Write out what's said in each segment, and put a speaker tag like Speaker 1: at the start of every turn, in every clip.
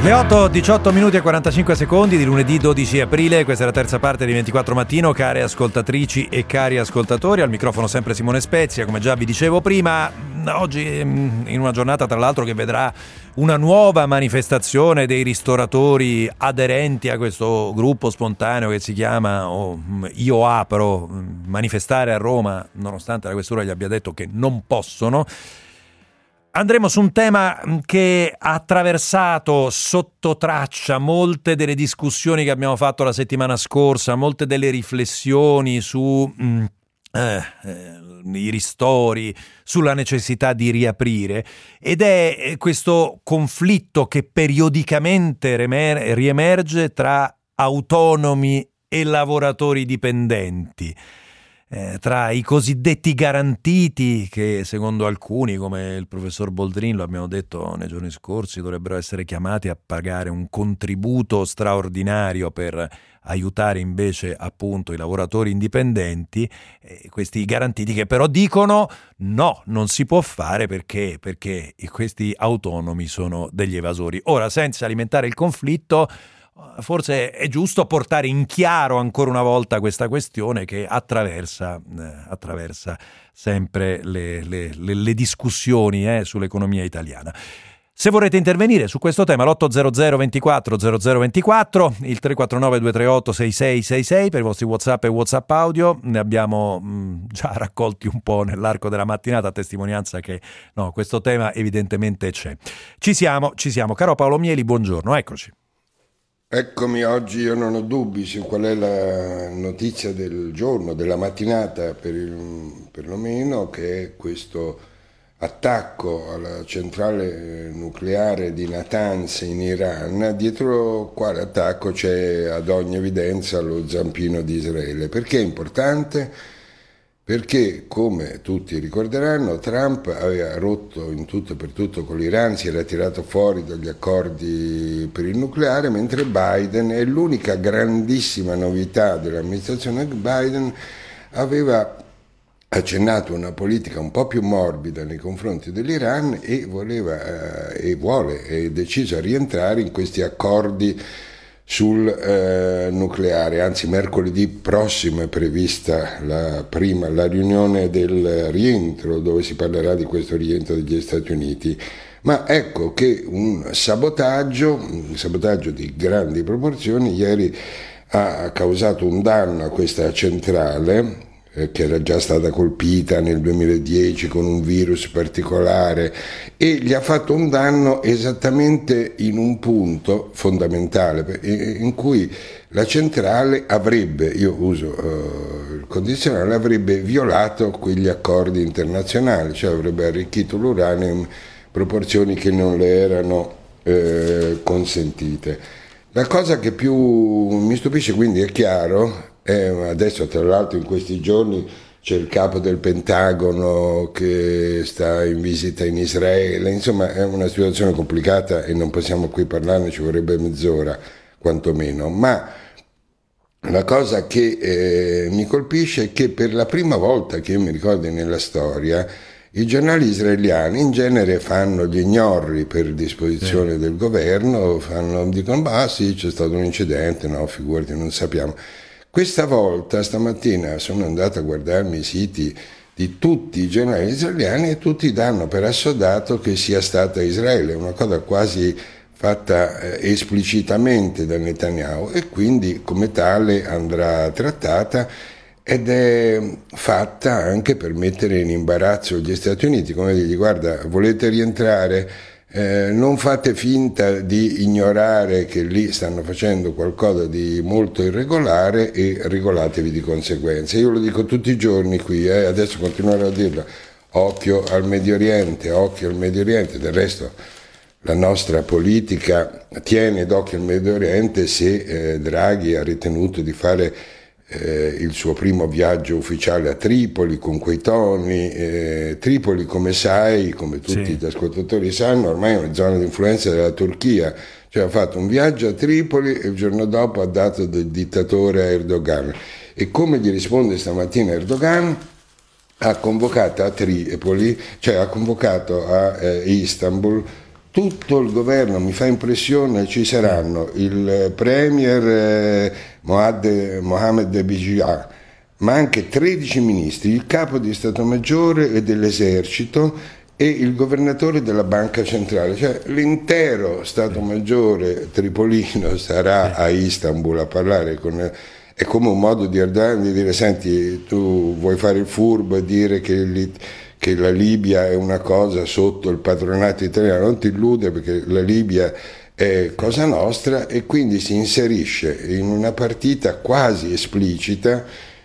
Speaker 1: Le 8:18 minuti e 45 secondi di lunedì 12 aprile, questa è la terza parte di 24 Mattino, care ascoltatrici e cari ascoltatori, al microfono sempre Simone Spezia, come già vi dicevo prima, oggi in una giornata tra l'altro che vedrà una nuova manifestazione dei ristoratori aderenti a questo gruppo spontaneo che si chiama Io Apro, manifestare a Roma, nonostante la questura gli abbia detto che non possono. Andremo su un tema che ha attraversato sotto traccia molte delle discussioni che abbiamo fatto la settimana scorsa, molte delle riflessioni su i ristori, sulla necessità di riaprire, ed è questo conflitto che periodicamente riemerge tra autonomi e lavoratori dipendenti. Tra i cosiddetti garantiti, che secondo alcuni, come il professor Boldrin, lo abbiamo detto nei giorni scorsi, dovrebbero essere chiamati a pagare un contributo straordinario per aiutare invece appunto i lavoratori indipendenti, questi garantiti che però dicono no, non si può fare perché questi autonomi sono degli evasori. Ora, senza alimentare il conflitto, forse è giusto portare in chiaro ancora una volta questa questione che attraversa sempre le discussioni sull'economia italiana. Se vorrete intervenire su questo tema, l'800 24 0024, il 349 238 6666 per i vostri WhatsApp e WhatsApp audio. Ne abbiamo già raccolti un po' nell'arco della mattinata, a testimonianza che questo tema evidentemente c'è. Ci siamo. Caro Paolo Mieli, buongiorno, eccoci.
Speaker 2: Eccomi, oggi io non ho dubbi su qual è la notizia del giorno, della mattinata perlomeno, che è questo attacco alla centrale nucleare di Natanz in Iran, dietro quale attacco c'è ad ogni evidenza lo zampino di Israele. Perché è importante? Perché, come tutti ricorderanno, Trump aveva rotto in tutto e per tutto con l'Iran, si era tirato fuori dagli accordi per il nucleare, mentre Biden, è l'unica grandissima novità dell'amministrazione Biden, aveva accennato una politica un po' più morbida nei confronti dell'Iran e è deciso a rientrare in questi accordi sul nucleare. Anzi, mercoledì prossimo è prevista la riunione del rientro, dove si parlerà di questo rientro degli Stati Uniti. Ma ecco che un sabotaggio di grandi proporzioni ieri ha causato un danno a questa centrale, che era già stata colpita nel 2010 con un virus particolare, e gli ha fatto un danno esattamente in un punto fondamentale in cui la centrale avrebbe, io uso il condizionale, avrebbe violato quegli accordi internazionali, cioè avrebbe arricchito l'uranio in proporzioni che non le erano consentite. La cosa che più mi stupisce, quindi, è chiaro, adesso tra l'altro in questi giorni c'è il capo del Pentagono che sta in visita in Israele, insomma è una situazione complicata e non possiamo qui parlarne, ci vorrebbe mezz'ora quantomeno, ma la cosa che mi colpisce è che per la prima volta che io mi ricordo nella storia, i giornali israeliani in genere fanno gli ignorri per disposizione del governo, dicono sì, c'è stato un incidente, no, figurati, non sappiamo. Questa volta, stamattina, sono andato a guardarmi i siti di tutti i giornali israeliani e tutti danno per assodato che sia stata Israele, una cosa quasi fatta esplicitamente da Netanyahu, e quindi come tale andrà trattata, ed è fatta anche per mettere in imbarazzo gli Stati Uniti, come dirgli: guarda, volete rientrare? Non fate finta di ignorare che lì stanno facendo qualcosa di molto irregolare e regolatevi di conseguenza. Io lo dico tutti i giorni qui, adesso continuerò a dirlo: occhio al Medio Oriente, del resto la nostra politica tiene d'occhio al Medio Oriente se Draghi ha ritenuto di fare il suo primo viaggio ufficiale a Tripoli con quei toni. Tripoli, come sai, come tutti gli ascoltatori sanno, ormai è una zona di influenza della Turchia, cioè ha fatto un viaggio a Tripoli e il giorno dopo ha dato del dittatore a Erdogan. E come gli risponde stamattina Erdogan? Ha convocato a Tripoli, cioè ha convocato a Istanbul tutto il governo, mi fa impressione, ci saranno il premier Mohamed Bijia, ma anche 13 ministri, il capo di Stato Maggiore e dell'esercito e il governatore della Banca Centrale, cioè l'intero Stato Maggiore tripolino sarà a Istanbul a parlare con... È come un modo di Erdogan di dire: senti, tu vuoi fare il furbo e dire che la Libia è una cosa sotto il patronato italiano, non ti illude, perché la Libia è cosa nostra, e quindi si inserisce in una partita quasi esplicita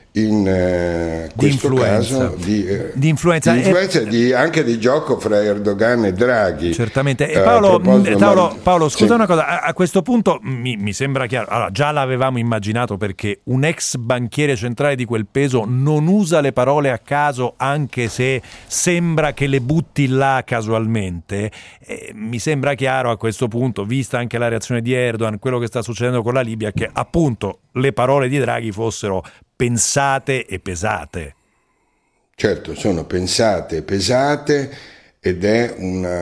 Speaker 2: in questo caso di influenza anche di gioco fra Erdogan e Draghi.
Speaker 1: Certamente. E Paolo, scusa, sì, una cosa, a questo punto mi sembra chiaro. Allora, già l'avevamo immaginato, perché un ex banchiere centrale di quel peso non usa le parole a caso, anche se sembra che le butti là casualmente. Mi sembra chiaro a questo punto, vista anche la reazione di Erdogan, quello che sta succedendo con la Libia, che appunto le parole di Draghi fossero pensate e pesate.
Speaker 2: Certo, sono pensate e pesate, ed è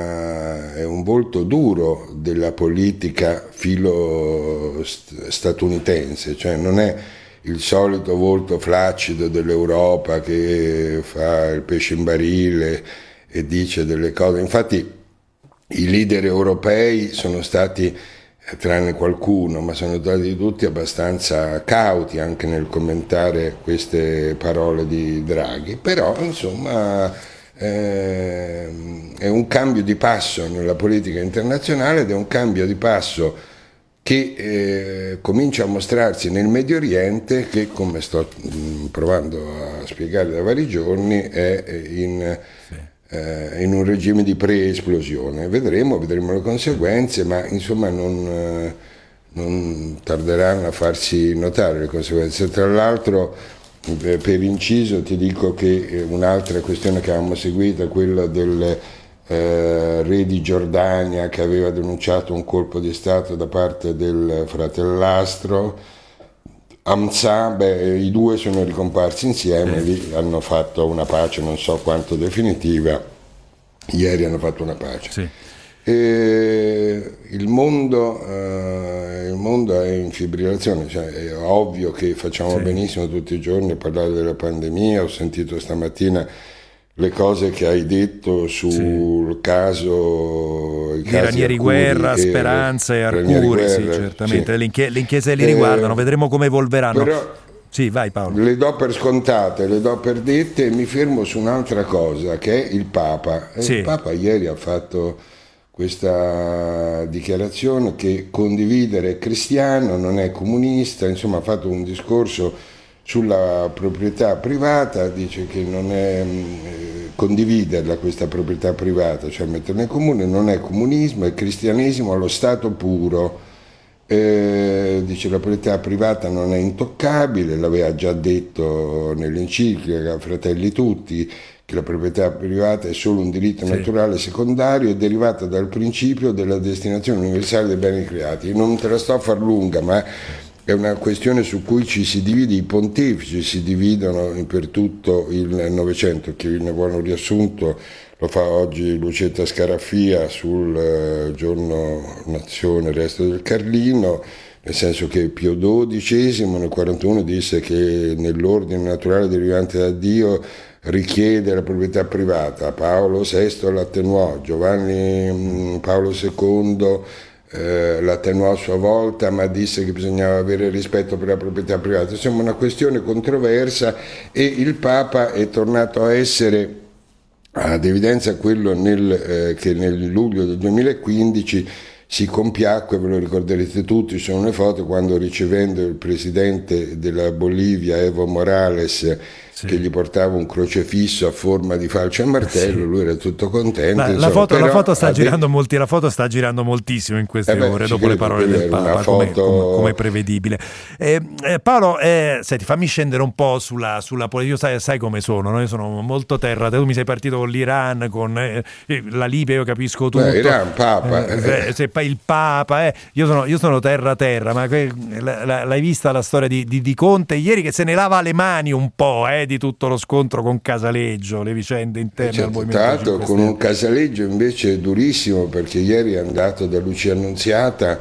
Speaker 2: un volto duro della politica filo statunitense, cioè non è il solito volto flaccido dell'Europa che fa il pesce in barile e dice delle cose. Infatti i leader europei sono stati, tranne qualcuno, ma sono stati tutti abbastanza cauti anche nel commentare queste parole di Draghi. Però insomma è un cambio di passo nella politica internazionale, ed è un cambio di passo che comincia a mostrarsi nel Medio Oriente, che, come sto provando a spiegare da vari giorni, è in un regime di pre-esplosione. Vedremo le conseguenze, ma insomma non tarderanno a farsi notare le conseguenze. Tra l'altro, per inciso ti dico che un'altra questione che avevamo seguito è quella del re di Giordania, che aveva denunciato un colpo di Stato da parte del fratellastro Hamza. I due sono ricomparsi insieme, hanno fatto una pace, non so quanto definitiva, ieri hanno fatto una pace. Sì. Il mondo è in fibrillazione, cioè è ovvio che facciamo benissimo tutti i giorni a parlare della pandemia. Ho sentito stamattina le cose che hai detto sul caso
Speaker 1: di Ranieri Guerra, Speranza e Arcuri, certamente. Sì. Le inchieste li riguardano, vedremo come evolveranno.
Speaker 2: Però
Speaker 1: sì, vai Paolo.
Speaker 2: Le do per scontate, le do per dette, e mi fermo su un'altra cosa, che è il Papa. Il Papa ieri ha fatto questa dichiarazione che condividere è cristiano, non è comunista, insomma ha fatto un discorso sulla proprietà privata, dice che non è condividerla questa proprietà privata, cioè metterla in comune, non è comunismo, è cristianesimo allo stato puro. Dice la proprietà privata non è intoccabile, l'aveva già detto nell'enciclica Fratelli Tutti, che la proprietà privata è solo un diritto naturale secondario e derivata dal principio della destinazione universale dei beni creati. Non te la sto a far lunga, ma è una questione su cui ci si divide, i pontefici si dividono per tutto il Novecento. Chi ne vuole un riassunto lo fa oggi Lucetta Scaraffia sul giorno Nazione Resto del Carlino, nel senso che Pio XII nel 41 disse che nell'ordine naturale derivante da Dio richiede la proprietà privata, Paolo VI l'attenuò, Giovanni Paolo II l'attenuò a sua volta, ma disse che bisognava avere rispetto per la proprietà privata. Insomma, una questione controversa, e il Papa è tornato a essere ad evidenza quello che nel luglio del 2015 si compiacque, ve lo ricorderete tutti, sono le foto, quando, ricevendo il presidente della Bolivia Evo Morales, che gli portava un crocefisso a forma di falce e martello, lui era tutto contento.
Speaker 1: La foto sta girando moltissimo in queste ore, dopo le parole del Papa, come prevedibile. Paolo, senti, fammi scendere un po' sulla politica. Sai come sono, no? Io sono molto terra. Tu mi sei partito con l'Iran, con la Libia, io capisco tutto.
Speaker 2: Iran, Papa.
Speaker 1: Il Papa, io sono terra, ma l'hai vista la storia di Conte ieri, che se ne lava le mani un po', vedi tutto lo scontro con Casaleggio, le vicende interne al Movimento 5
Speaker 2: Certo,
Speaker 1: Stelle.
Speaker 2: con un Casaleggio invece durissimo, perché ieri è andato da Lucia Annunziata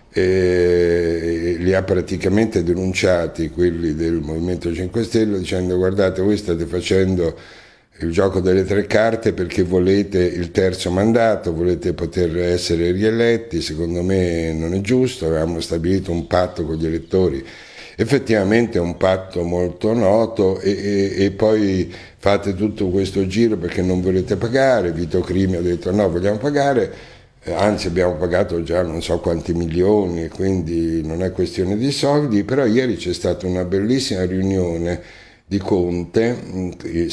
Speaker 2: e li ha praticamente denunciati quelli del Movimento 5 Stelle, dicendo: guardate, voi state facendo il gioco delle tre carte perché volete il terzo mandato, volete poter essere rieletti. Secondo me non è giusto, avevamo stabilito un patto con gli elettori, effettivamente è un patto molto noto, e poi fate tutto questo giro perché non volete pagare. Vito Crimi ha detto no, vogliamo pagare, anzi abbiamo pagato già non so quanti milioni, quindi non è questione di soldi. Però ieri c'è stata una bellissima riunione di Conte,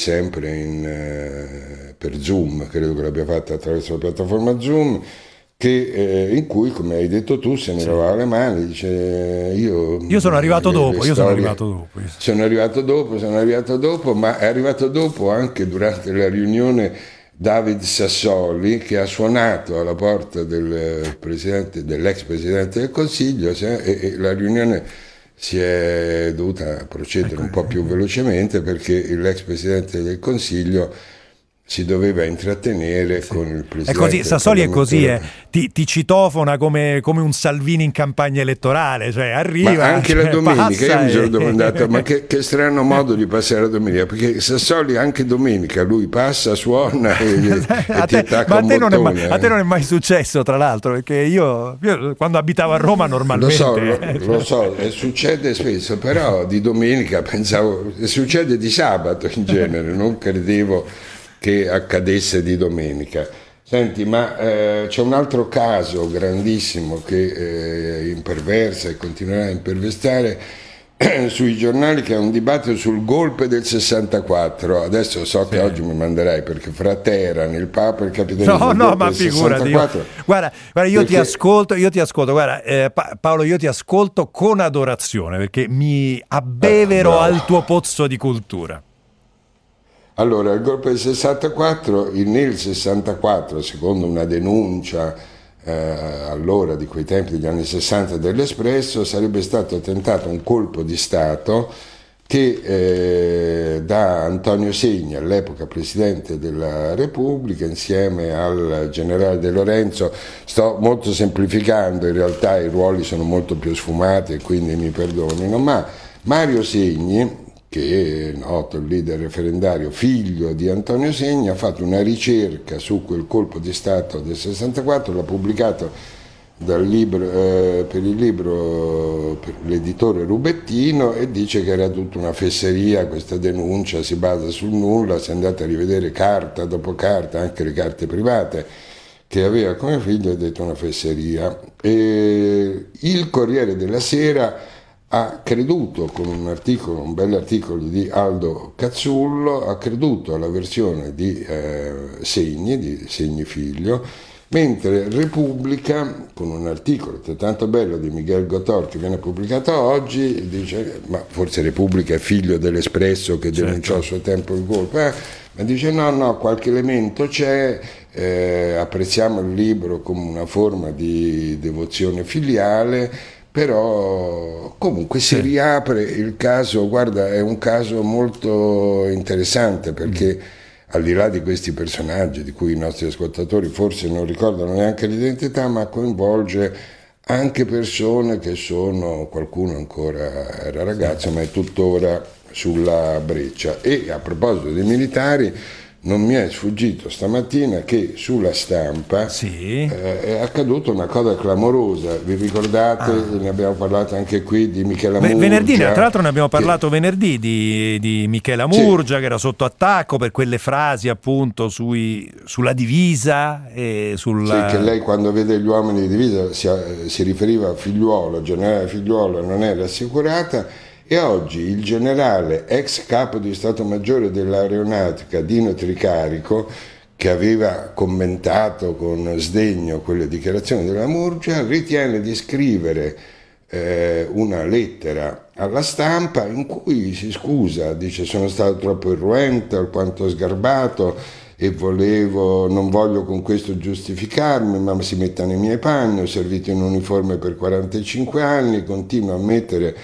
Speaker 2: sempre per Zoom, credo che l'abbia fatta attraverso la piattaforma Zoom, in cui, come hai detto tu, se ne lavava le mani, dice io
Speaker 1: sono arrivato dopo, sono arrivato dopo, ma è arrivato dopo anche durante la riunione David Sassoli, che ha suonato alla porta dell'ex presidente del Consiglio, e la riunione si è dovuta procedere un po' più velocemente perché l'ex presidente del Consiglio si doveva intrattenere con il presidente. È così, Sassoli è così, ti citofona come un Salvini in campagna elettorale, cioè arriva.
Speaker 2: Ma anche la domenica, io mi sono domandato, ma che strano modo di passare la domenica, perché Sassoli anche domenica lui passa, suona e ti attacca un bottone.
Speaker 1: A te non è mai successo, tra l'altro, perché io quando abitavo a Roma normalmente...
Speaker 2: Lo so, succede spesso, però di domenica pensavo, succede di sabato in genere, non credevo che accadesse di domenica. Senti, ma c'è un altro caso grandissimo che imperversa e continuerà a imperversare sui giornali, che è un dibattito sul golpe del 64. Adesso so che oggi mi manderai, perché fra Teheran, il Papa e il capitano
Speaker 1: ma figurati, guarda, io ti ascolto, guarda, Paolo, io ti ascolto con adorazione, perché mi abbevero al tuo pozzo di cultura.
Speaker 2: Allora, il golpe del 64, nel 64, secondo una denuncia allora di quei tempi degli anni 60 dell'Espresso, sarebbe stato tentato un colpo di Stato che da Antonio Segni, all'epoca Presidente della Repubblica, insieme al generale De Lorenzo, sto molto semplificando, in realtà i ruoli sono molto più sfumati e quindi mi perdonino, ma Mario Segni, che è noto, il leader referendario, figlio di Antonio Segni, ha fatto una ricerca su quel colpo di Stato del 64, l'ha pubblicato per l'editore Rubettino, e dice che era tutta una fesseria, questa denuncia si basa sul nulla. Se andate a rivedere carta dopo carta, anche le carte private che aveva come figlio, è detto una fesseria. E il Corriere della Sera ha creduto, con un bell'articolo di Aldo Cazzullo, ha creduto alla versione di Segni figlio, mentre Repubblica, con un articolo altrettanto bello di Miguel Gotor che viene pubblicato oggi, dice, ma forse Repubblica è figlio dell'Espresso che denunciò a suo tempo il golpe, ma dice no, qualche elemento c'è, apprezziamo il libro come una forma di devozione filiale, però comunque si riapre il caso. Guarda, è un caso molto interessante, perché al di là di questi personaggi di cui i nostri ascoltatori forse non ricordano neanche l'identità, ma coinvolge anche persone che sono, qualcuno ancora era ragazzo ma è tuttora sulla breccia. E a proposito dei militari, non mi è sfuggito stamattina che sulla Stampa è accaduta una cosa clamorosa. Vi ricordate? Ne abbiamo parlato anche qui di Michela Murgia.
Speaker 1: Venerdì, tra l'altro ne abbiamo parlato venerdì di Michela Murgia, che era sotto attacco per quelle frasi appunto sulla divisa e sulla...
Speaker 2: Sì, che lei quando vede gli uomini di divisa si riferiva a Figliuolo, generale Figliuolo, non era assicurata. E oggi il generale, ex capo di Stato Maggiore dell'Aeronautica, Dino Tricarico, che aveva commentato con sdegno quelle dichiarazioni della Murgia, ritiene di scrivere una lettera alla Stampa in cui si scusa, dice: sono stato troppo irruento, alquanto sgarbato, e non voglio con questo giustificarmi, ma si metta nei miei panni, ho servito in uniforme per 45 anni, continuo a mettere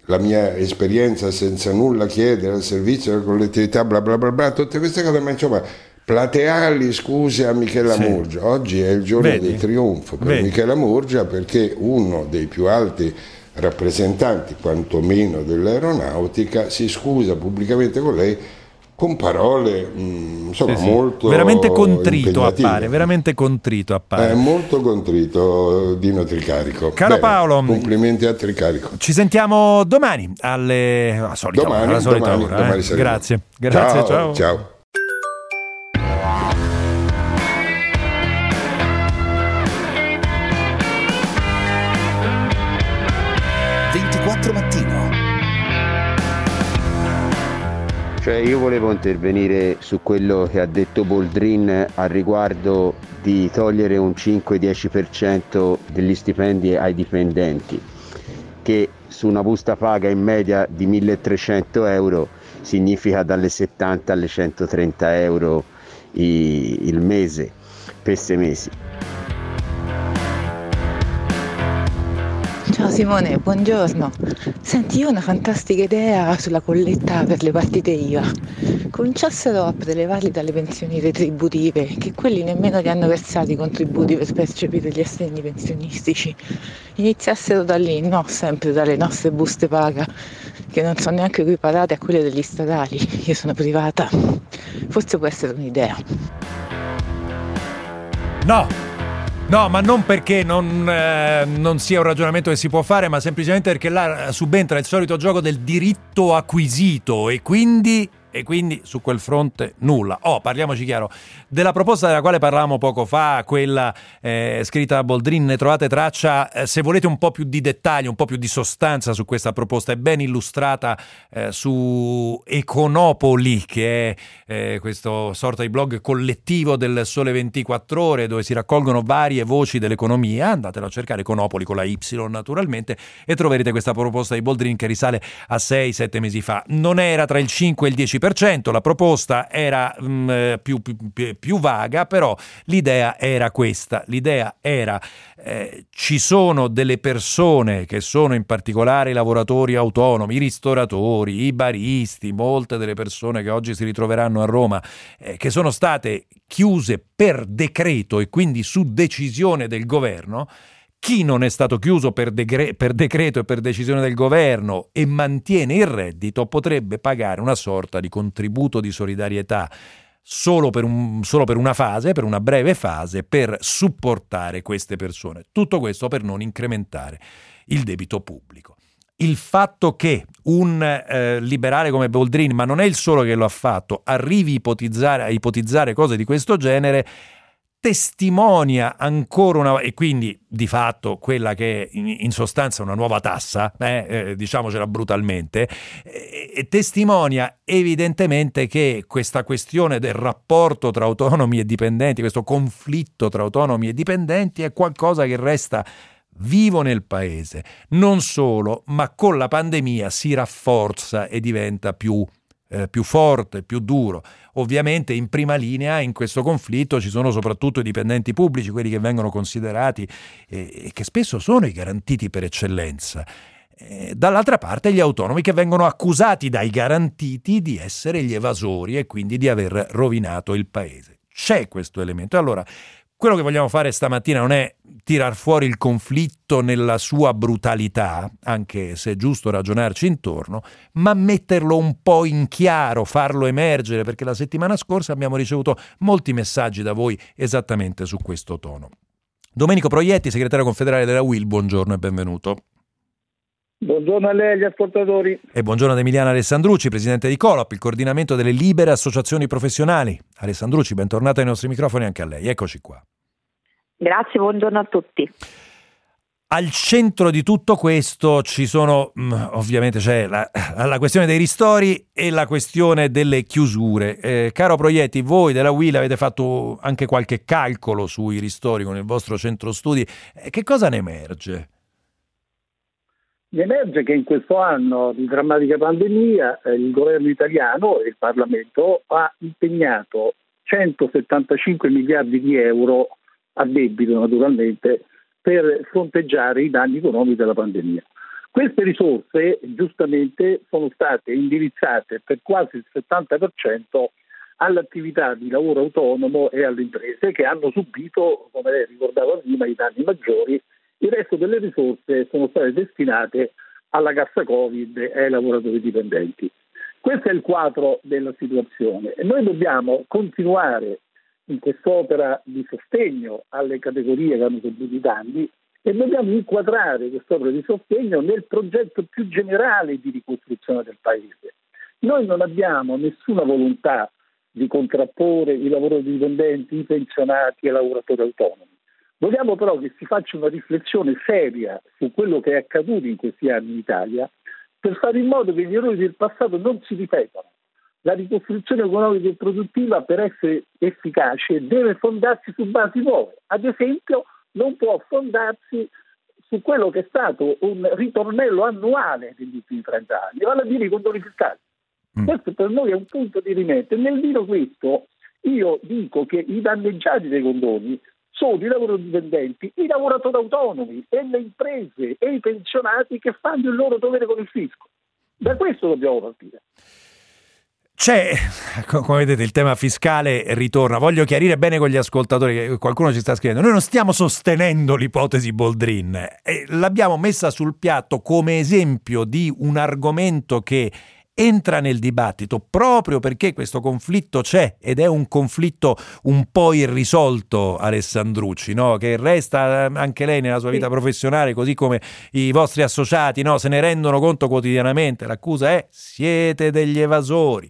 Speaker 2: la mia esperienza senza nulla chiedere al servizio della collettività, bla bla bla bla, tutte queste cose, ma insomma, plateali scuse a Michela Murgia. Oggi è il giorno del trionfo per Michela Murgia, perché uno dei più alti rappresentanti, quantomeno dell'aeronautica, si scusa pubblicamente con lei con parole molto
Speaker 1: veramente contrito
Speaker 2: impegnative.
Speaker 1: appare, veramente contrito appare.
Speaker 2: È molto contrito Dino Tricarico.
Speaker 1: Caro Paolo,
Speaker 2: complimenti a Tricarico.
Speaker 1: Ci sentiamo domani alla solita ora.
Speaker 2: Domani
Speaker 1: Grazie,
Speaker 2: ciao.
Speaker 3: 24 Mattino.
Speaker 4: Cioè, io volevo intervenire su quello che ha detto Boldrin al riguardo di togliere un 5-10% degli stipendi ai dipendenti, che su una busta paga in media di 1.300 euro significa dalle 70 alle 130 euro il mese per 6 mesi.
Speaker 5: Ciao Simone, buongiorno. Senti, io ho una fantastica idea sulla colletta per le partite IVA. Cominciassero a prelevarli dalle pensioni retributive, che quelli nemmeno li hanno versati i contributi per percepire gli assegni pensionistici. Iniziassero da lì, no sempre dalle nostre buste paga, che non sono neanche equiparate a quelle degli statali. Io sono privata. Forse può essere un'idea.
Speaker 1: No, ma non perché non sia un ragionamento che si può fare, ma semplicemente perché là subentra il solito gioco del diritto acquisito e quindi su quel fronte nulla. Parliamoci chiaro, della proposta della quale parlavamo poco fa, quella scritta da Boldrin, ne trovate traccia, se volete un po' più di dettagli, un po' più di sostanza su questa proposta, è ben illustrata su Econopoli, che è questo sorta di blog collettivo del Sole 24 Ore, dove si raccolgono varie voci dell'economia. Andatelo a cercare, Econopoli con la Y naturalmente, e troverete questa proposta di Boldrin che risale a 6-7 mesi fa. Non era tra il 5 e il 10%, la proposta era più vaga, però l'idea era questa. L'idea era ci sono delle persone che sono in particolare i lavoratori autonomi, i ristoratori, i baristi, molte delle persone che oggi si ritroveranno a Roma, che sono state chiuse per decreto e quindi su decisione del governo. Chi non è stato chiuso per decreto e per decisione del governo e mantiene il reddito potrebbe pagare una sorta di contributo di solidarietà solo per una fase, per una breve fase, per supportare queste persone. Tutto questo per non incrementare il debito pubblico. Il fatto che un liberale come Boldrin, ma non è il solo che lo ha fatto, arrivi a ipotizzare cose di questo genere, testimonia ancora una, e quindi di fatto quella che è in sostanza una nuova tassa, diciamocela brutalmente, testimonia evidentemente che questa questione del rapporto tra autonomi e dipendenti, questo conflitto tra autonomi e dipendenti è qualcosa che resta vivo nel paese. Non solo, ma con la pandemia si rafforza e diventa più forte, più duro. Ovviamente in prima linea in questo conflitto ci sono soprattutto i dipendenti pubblici, quelli che vengono considerati e che spesso sono i garantiti per eccellenza. Dall'altra parte gli autonomi, che vengono accusati dai garantiti di essere gli evasori e quindi di aver rovinato il paese. C'è questo elemento. Allora, quello che vogliamo fare stamattina non è tirar fuori il conflitto nella sua brutalità, anche se è giusto ragionarci intorno, ma metterlo un po' in chiaro, farlo emergere, perché la settimana scorsa abbiamo ricevuto molti messaggi da voi esattamente su questo tono. Domenico Proietti, segretario confederale della UIL, buongiorno e benvenuto.
Speaker 6: Buongiorno a lei e agli ascoltatori.
Speaker 1: E buongiorno ad Emiliano Alessandrucci, presidente di Colap, il coordinamento delle libere associazioni professionali. Alessandrucci, bentornato ai nostri microfoni anche a lei. Eccoci qua.
Speaker 7: Grazie, buongiorno a tutti.
Speaker 1: Al centro di tutto questo ci sono, ovviamente c'è la questione dei ristori e la questione delle chiusure. Caro Proietti, voi della UIL avete fatto anche qualche calcolo sui ristori con il vostro centro studi. Che cosa ne emerge?
Speaker 6: Ne emerge che in questo anno di drammatica pandemia il governo italiano e il Parlamento ha impegnato 175 miliardi di euro a debito naturalmente per fronteggiare i danni economici della pandemia. Queste risorse giustamente sono state indirizzate per quasi il 70% all'attività di lavoro autonomo e alle imprese che hanno subito, come lei ricordava prima, i danni maggiori. Il resto delle risorse sono state destinate alla cassa Covid e ai lavoratori dipendenti. Questo è il quadro della situazione e noi dobbiamo continuare in quest'opera di sostegno alle categorie che hanno subito i danni e dobbiamo inquadrare quest'opera di sostegno nel progetto più generale di ricostruzione del Paese. Noi non abbiamo nessuna volontà di contrapporre i lavoratori dipendenti, i pensionati e i lavoratori autonomi. Vogliamo però che si faccia una riflessione seria su quello che è accaduto in questi anni in Italia per fare in modo che gli errori del passato non si ripetano. La ricostruzione economica e produttiva, per essere efficace, deve fondarsi su basi nuove. Ad esempio, non può fondarsi su quello che è stato un ritornello annuale negli ultimi 30 anni, vale a dire i condoni fiscali. Questo per noi è un punto di rimettere. Nel dire questo, io dico che i danneggiati dei condoni sono i lavoratori dipendenti, i lavoratori autonomi e le imprese e i pensionati che fanno il loro dovere con il fisco. Da questo dobbiamo partire.
Speaker 1: C'è, come vedete, il tema fiscale ritorna. Voglio chiarire bene con gli ascoltatori, che qualcuno ci sta scrivendo. Noi non stiamo sostenendo l'ipotesi Boldrin, l'abbiamo messa sul piatto come esempio di un argomento che entra nel dibattito proprio perché questo conflitto c'è ed è un conflitto un po' irrisolto, Alessandrucci, no? Che resta anche lei nella sua vita professionale, così come i vostri associati, no? Se ne rendono conto quotidianamente. L'accusa è: siete degli evasori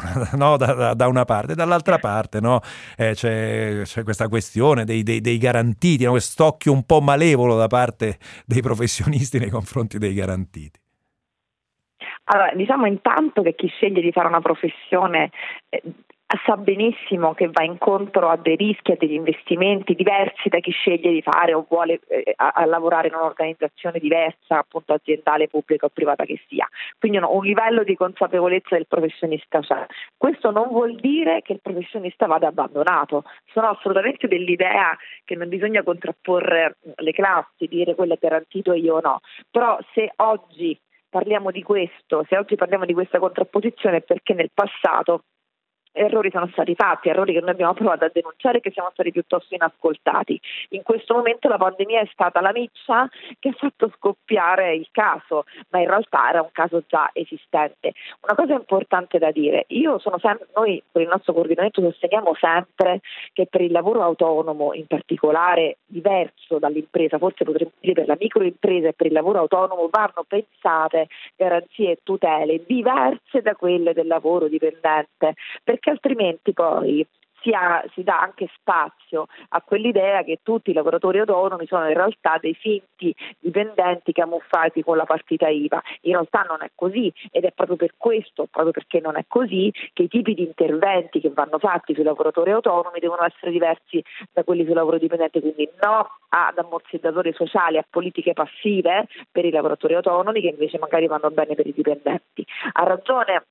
Speaker 1: da una parte, dall'altra parte, no? C'è questa questione dei garantiti, no? Quest'occhio un po' malevolo da parte dei professionisti nei confronti dei garantiti.
Speaker 7: Allora, diciamo intanto che chi sceglie di fare una professione sa benissimo che va incontro a dei rischi, a degli investimenti diversi da chi sceglie di fare o vuole a lavorare in un'organizzazione diversa, appunto aziendale, pubblica o privata che sia. Quindi un livello di consapevolezza del professionista c'è. Questo non vuol dire che il professionista vada abbandonato. Sono assolutamente dell'idea che non bisogna contrapporre le classi, dire quello è garantito e io no. Però se oggi parliamo di questo, se oggi parliamo di questa contrapposizione è perché nel passato errori sono stati fatti, errori che noi abbiamo provato a denunciare e che siamo stati piuttosto inascoltati. In questo momento la pandemia è stata la miccia che ha fatto scoppiare il caso, ma in realtà era un caso già esistente. Una cosa importante da dire: noi con il nostro coordinamento sosteniamo sempre che per il lavoro autonomo, in particolare diverso dall'impresa, forse potremmo dire per la microimpresa e per il lavoro autonomo, vanno pensate garanzie e tutele diverse da quelle del lavoro dipendente, perché altrimenti poi si dà anche spazio a quell'idea che tutti i lavoratori autonomi sono in realtà dei finti dipendenti camuffati con la partita IVA. In realtà non è così, ed è proprio per questo, proprio perché non è così, che i tipi di interventi che vanno fatti sui lavoratori autonomi devono essere diversi da quelli sui lavoratori dipendenti. Quindi no ad ammortizzatori sociali, a politiche passive per i lavoratori autonomi che invece magari vanno bene per i dipendenti. Ha ragione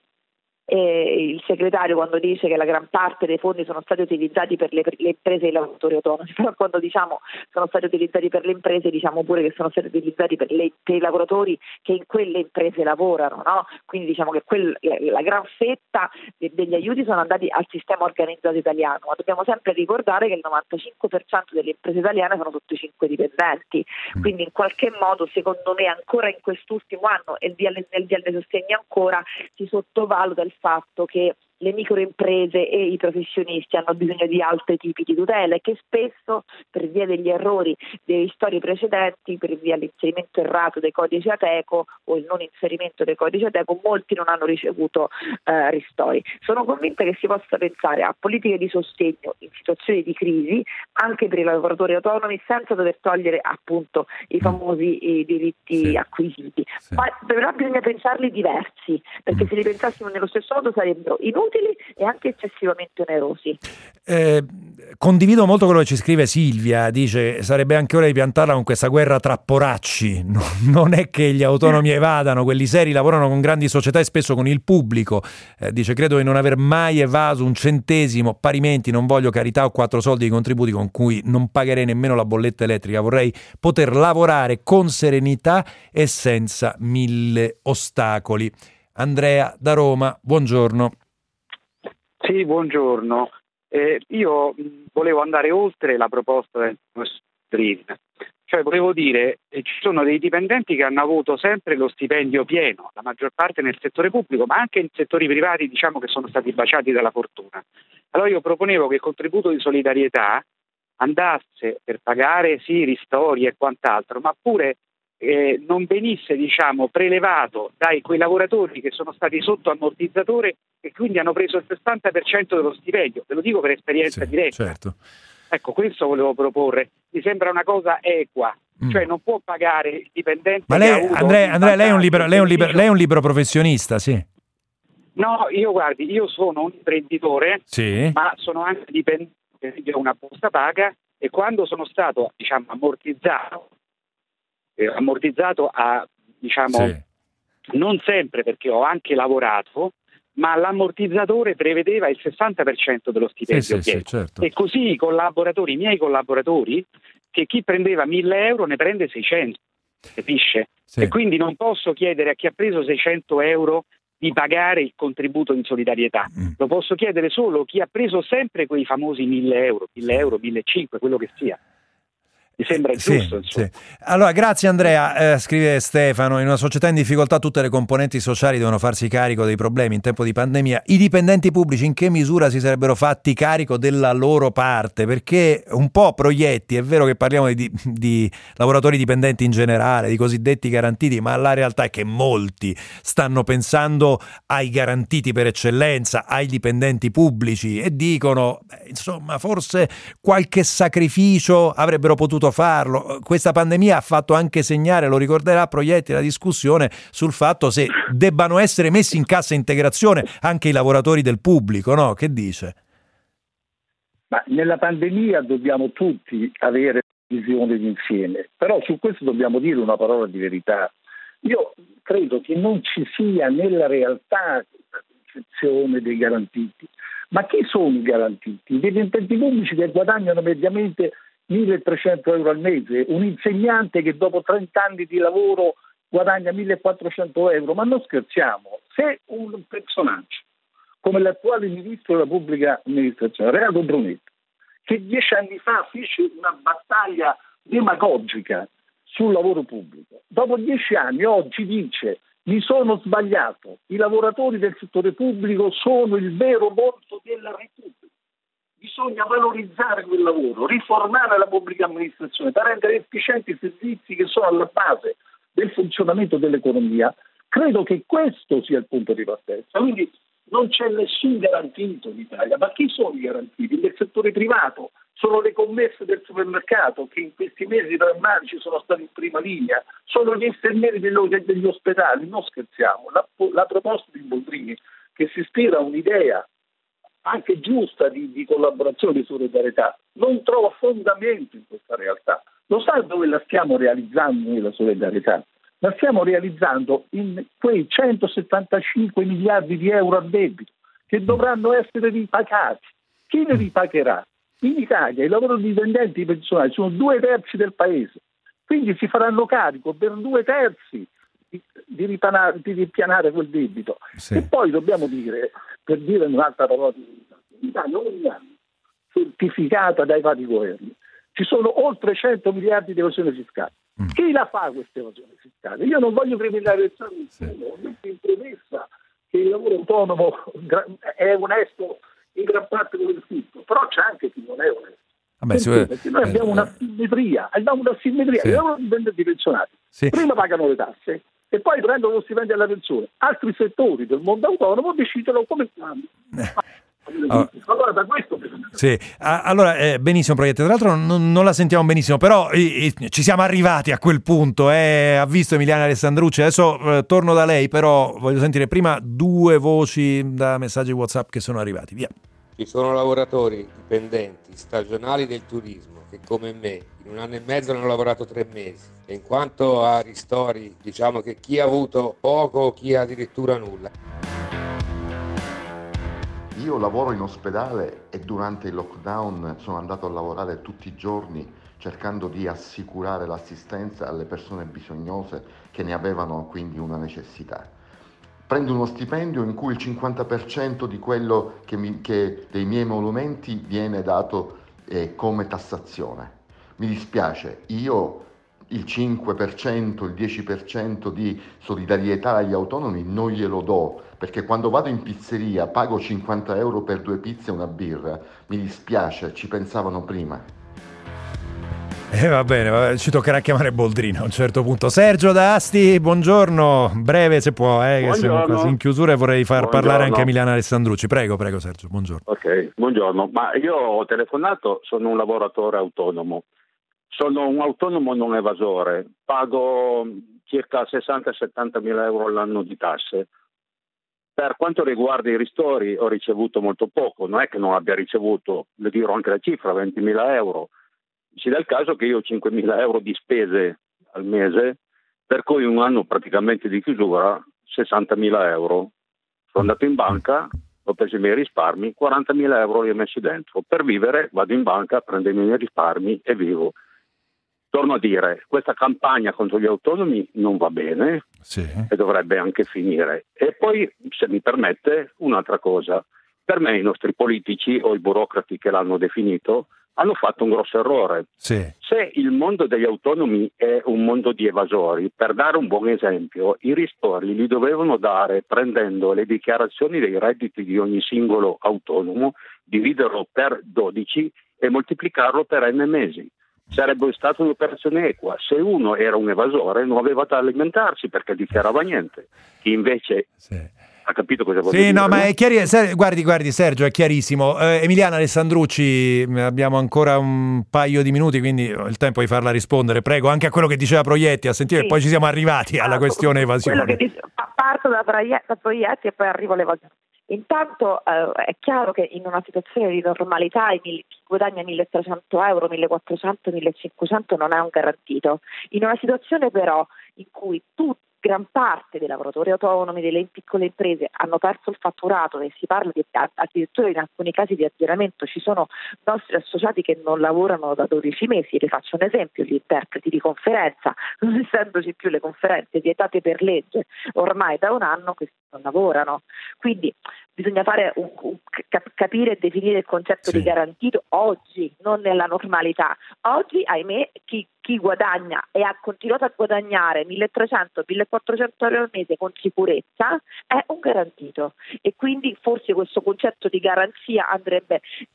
Speaker 7: il segretario quando dice che la gran parte dei fondi sono stati utilizzati per le imprese e i lavoratori autonomi, però quando diciamo sono stati utilizzati per le imprese diciamo pure che sono stati utilizzati per i lavoratori che in quelle imprese lavorano, no? Quindi diciamo che la gran fetta degli aiuti sono andati al sistema organizzato italiano, ma dobbiamo sempre ricordare che il 95% delle imprese italiane sono sotto i 5 dipendenti, quindi in qualche modo secondo me ancora in quest'ultimo anno e nel DL Sostegni ancora si sottovaluta il fatto che le microimprese e i professionisti hanno bisogno di altri tipi di tutele che spesso, per via degli errori dei ristori precedenti, per via dell'inserimento errato dei codici Ateco o il non inserimento dei codici Ateco, molti non hanno ricevuto ristori. Sono convinta che si possa pensare a politiche di sostegno in situazioni di crisi anche per i lavoratori autonomi senza dover togliere appunto i famosi diritti acquisiti. Ma però bisogna pensarli diversi, perché se li pensassimo nello stesso modo sarebbero inutili inutili e anche eccessivamente onerosi.
Speaker 1: Condivido molto quello che ci scrive Silvia, dice sarebbe anche ora di piantarla con questa guerra tra poracci, non è che gli autonomi evadano, quelli seri lavorano con grandi società e spesso con il pubblico, dice credo di non aver mai evaso un centesimo, parimenti non voglio carità o 4 soldi di contributi con cui non pagherei nemmeno la bolletta elettrica, vorrei poter lavorare con serenità e senza 1000 ostacoli. Andrea da Roma, buongiorno.
Speaker 8: Sì, buongiorno. Io volevo andare oltre la proposta del Boldrin, cioè volevo dire ci sono dei dipendenti che hanno avuto sempre lo stipendio pieno, la maggior parte nel settore pubblico, ma anche in settori privati diciamo che sono stati baciati dalla fortuna. Allora io proponevo che il contributo di solidarietà andasse per pagare sì ristori e quant'altro, ma pure non venisse diciamo prelevato dai quei lavoratori che sono stati sotto ammortizzatore e quindi hanno preso il 60% dello stipendio, ve lo dico per esperienza diretta.
Speaker 1: Certo.
Speaker 8: Ecco, questo volevo proporre, mi sembra una cosa equa, cioè non può pagare il dipendente.
Speaker 1: Ma lei, Andrea, lei è un libero professionista, sì?
Speaker 8: No, io sono un imprenditore,
Speaker 1: sì,
Speaker 8: ma sono anche dipendente di una busta paga e quando sono stato diciamo ammortizzato a diciamo sì, non sempre perché ho anche lavorato, ma l'ammortizzatore prevedeva il 60% dello stipendio pieno.
Speaker 1: Sì, certo.
Speaker 8: E così i miei collaboratori, che chi prendeva 1.000 euro ne prende 600, capisce? Sì. E quindi non posso chiedere a chi ha preso 600 euro di pagare il contributo di solidarietà, lo posso chiedere solo chi ha preso sempre quei famosi 1.000 euro, 1.500, quello che sia. Mi sembra giusto, insomma.
Speaker 1: Sì. Allora, grazie Andrea, scrive Stefano, in una società in difficoltà tutte le componenti sociali devono farsi carico dei problemi in tempo di pandemia. I dipendenti pubblici in che misura si sarebbero fatti carico della loro parte? Perché un po' proietti, è vero che parliamo di lavoratori dipendenti in generale, di cosiddetti garantiti, ma la realtà è che molti stanno pensando ai garantiti per eccellenza, ai dipendenti pubblici e dicono, insomma, forse qualche sacrificio avrebbero potuto farlo. Questa pandemia ha fatto anche segnare, lo ricorderà Proietti, la discussione sul fatto se debbano essere messi in cassa integrazione anche i lavoratori del pubblico, no? Che dice?
Speaker 6: Ma nella pandemia dobbiamo tutti avere visione d'insieme, però su questo dobbiamo dire una parola di verità. Io credo che non ci sia nella realtà la concezione dei garantiti. Ma chi sono i garantiti? I dipendenti pubblici che guadagnano mediamente 1.300 euro al mese, un insegnante che dopo 30 anni di lavoro guadagna 1.400 euro, ma non scherziamo, se un personaggio come l'attuale ministro della pubblica amministrazione, Renato Brunetto, che 10 anni fa fece una battaglia demagogica sul lavoro pubblico, dopo 10 anni oggi dice mi sono sbagliato, i lavoratori del settore pubblico sono il vero volto della Repubblica. Bisogna valorizzare quel lavoro, riformare la pubblica amministrazione per rendere efficienti i servizi che sono alla base del funzionamento dell'economia. Credo che questo sia il punto di partenza. Quindi non c'è nessun garantito in Italia. Ma chi sono i garantiti? Nel settore privato sono le commesse del supermercato che in questi mesi drammatici sono stati in prima linea, sono gli infermieri degli ospedali. Non scherziamo. La proposta di Boldrini, che si ispira a un'idea anche giusta di collaborazione, di solidarietà, non trova fondamento in questa realtà. Lo sa dove la stiamo realizzando noi la solidarietà? La stiamo realizzando in quei 175 miliardi di euro a debito che dovranno essere ripagati. Chi li ripagherà? In Italia i lavoratori dipendenti pensionati sono 2/3 del paese, quindi si faranno carico per 2/3 di ripianare quel debito. Sì. E poi dobbiamo dire, per dire un'altra parola, in Italia ogni anno, certificata dai vari governi, ci sono oltre 100 miliardi di evasione fiscale. Chi la fa questa evasione fiscale? Io non voglio criminalizzare nessuno, ho detto in premessa che il lavoro autonomo è onesto in gran parte del tutto, però c'è anche chi non è onesto. Perché noi abbiamo una simmetria, sì. I lavoratori dipendenti pensionati prima pagano le tasse e poi prendono lo stipendio alla pensione. Altri settori del mondo autonomo decidono come fanno. Allora da questo bisogna...
Speaker 1: Sì, allora benissimo Proietti, tra l'altro non la sentiamo benissimo, però ci siamo arrivati a quel punto, ha visto Emiliana Alessandrucci. Adesso torno da lei, però voglio sentire prima 2 voci da messaggi WhatsApp che sono arrivati, via.
Speaker 9: Ci sono lavoratori dipendenti stagionali del turismo che come me in 1 anno e mezzo hanno lavorato 3 mesi e in quanto a ristori diciamo che chi ha avuto poco, chi ha addirittura nulla.
Speaker 10: Io lavoro in ospedale e durante il lockdown sono andato a lavorare tutti i giorni cercando di assicurare l'assistenza alle persone bisognose che ne avevano quindi una necessità. Prendo uno stipendio in cui il 50% di quello che dei miei emolumenti viene dato come tassazione. Mi dispiace, io il 5%, il 10% di solidarietà agli autonomi non glielo do, perché quando vado in pizzeria pago 50 euro per 2 pizze e una birra, mi dispiace, ci pensavano prima.
Speaker 1: Va bene, ci toccherà chiamare Boldrini a un certo punto. Sergio da Asti, buongiorno, breve se può, che siamo quasi in chiusura e vorrei far parlare anche Emiliana Alessandrucci. Prego Sergio, buongiorno.
Speaker 11: Ok, buongiorno, ma io ho telefonato, sono un lavoratore autonomo, sono un autonomo non evasore, pago circa 60-70 mila euro all'anno di tasse. Per quanto riguarda i ristori ho ricevuto molto poco, non è che non abbia ricevuto, le dirò anche la cifra, 20.000 euro. Si dà il caso che io ho 5.000 euro di spese al mese, per cui 1 anno praticamente di chiusura, 60.000 euro. Sono andato in banca, ho preso i miei risparmi, 40.000 euro li ho messi dentro. Per vivere vado in banca, prendo i miei risparmi e vivo. Torno a dire, questa campagna contro gli autonomi non va bene e dovrebbe anche finire. E poi, se mi permette, un'altra cosa. Per me i nostri politici o i burocrati che l'hanno definito hanno fatto un grosso errore. Se il mondo degli autonomi è un mondo di evasori, per dare un buon esempio, i ristori li dovevano dare prendendo le dichiarazioni dei redditi di ogni singolo autonomo, dividerlo per 12 e moltiplicarlo per n mesi. Sarebbe stata un'operazione equa. Se uno era un evasore non aveva da alimentarsi perché dichiarava niente. Chi invece ha capito cosa vuol dire?
Speaker 1: Sì, no, ma è guardi Sergio, è chiarissimo. Emiliana Alessandrucci, abbiamo ancora un paio di minuti, quindi ho il tempo di farla rispondere. Prego, anche a quello che diceva Proietti, a sentire, poi ci siamo arrivati alla questione evasione.
Speaker 7: Parto da Proietti e poi arrivo all'evasione. Intanto è chiaro che in una situazione di normalità chi guadagna 1.300 euro, 1.400, 1.500 non è un garantito. In una situazione però in cui gran parte dei lavoratori autonomi, delle piccole imprese hanno perso il fatturato e si parla addirittura in alcuni casi di azzeramento, ci sono nostri associati che non lavorano da 12 mesi, le faccio un esempio, gli interpreti di conferenza, non essendoci più le conferenze vietate per legge ormai da 1 anno, questi non lavorano, quindi bisogna fare capire e definire il concetto di garantito oggi, non nella normalità. Oggi, ahimè, chi guadagna e ha continuato a guadagnare 1.300, 1.400 euro al mese con sicurezza è un garantito, e quindi forse questo concetto di garanzia andrebbe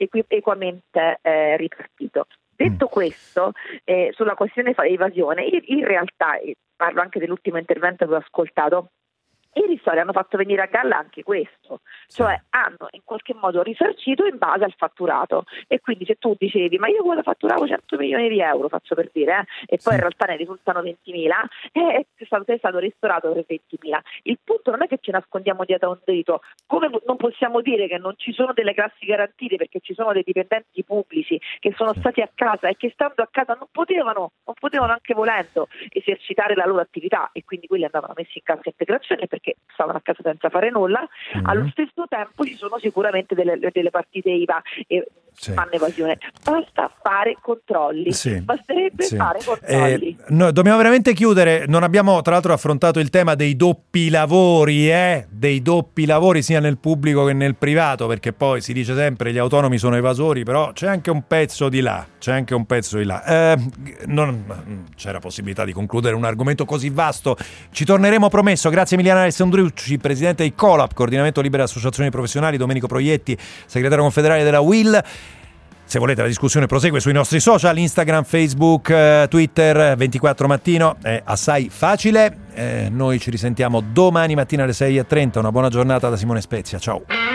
Speaker 7: equamente ripartito. Detto questo, sulla questione evasione, in realtà, parlo anche dell'ultimo intervento che ho ascoltato, i ristori hanno fatto venire a galla anche questo, cioè hanno in qualche modo risarcito in base al fatturato, e quindi se tu dicevi ma io quello fatturavo 100 milioni di euro, faccio per dire, e poi in realtà ne risultano 20.000, è stato ristorato per 20.000. Il punto non è che ci nascondiamo dietro a un dito, come non possiamo dire che non ci sono delle classi garantite, perché ci sono dei dipendenti pubblici che sono stati a casa e che stando a casa non potevano anche volendo esercitare la loro attività, e quindi quelli andavano messi in cassa integrazione perché stavano a casa senza fare nulla. Allo stesso tempo ci sono sicuramente delle partite IVA e fanno evasione. Basta fare controlli, basterebbe fare controlli.
Speaker 1: No, dobbiamo veramente chiudere. Non abbiamo tra l'altro affrontato il tema dei doppi lavori, dei doppi lavori sia nel pubblico che nel privato, perché poi si dice sempre gli autonomi sono evasori, però c'è anche un pezzo di là, non c'era possibilità di concludere un argomento così vasto. Ci torneremo, promesso. Grazie Emiliana Alessandrucci, presidente di Colap, Coordinamento Libere Associazioni Professionali, Domenico Proietti, segretario confederale della UIL. Se volete la discussione prosegue sui nostri social, Instagram, Facebook, Twitter, 24 Mattino, è assai facile. Noi ci risentiamo domani mattina alle 6:30. Una buona giornata da Simone Spezia, ciao.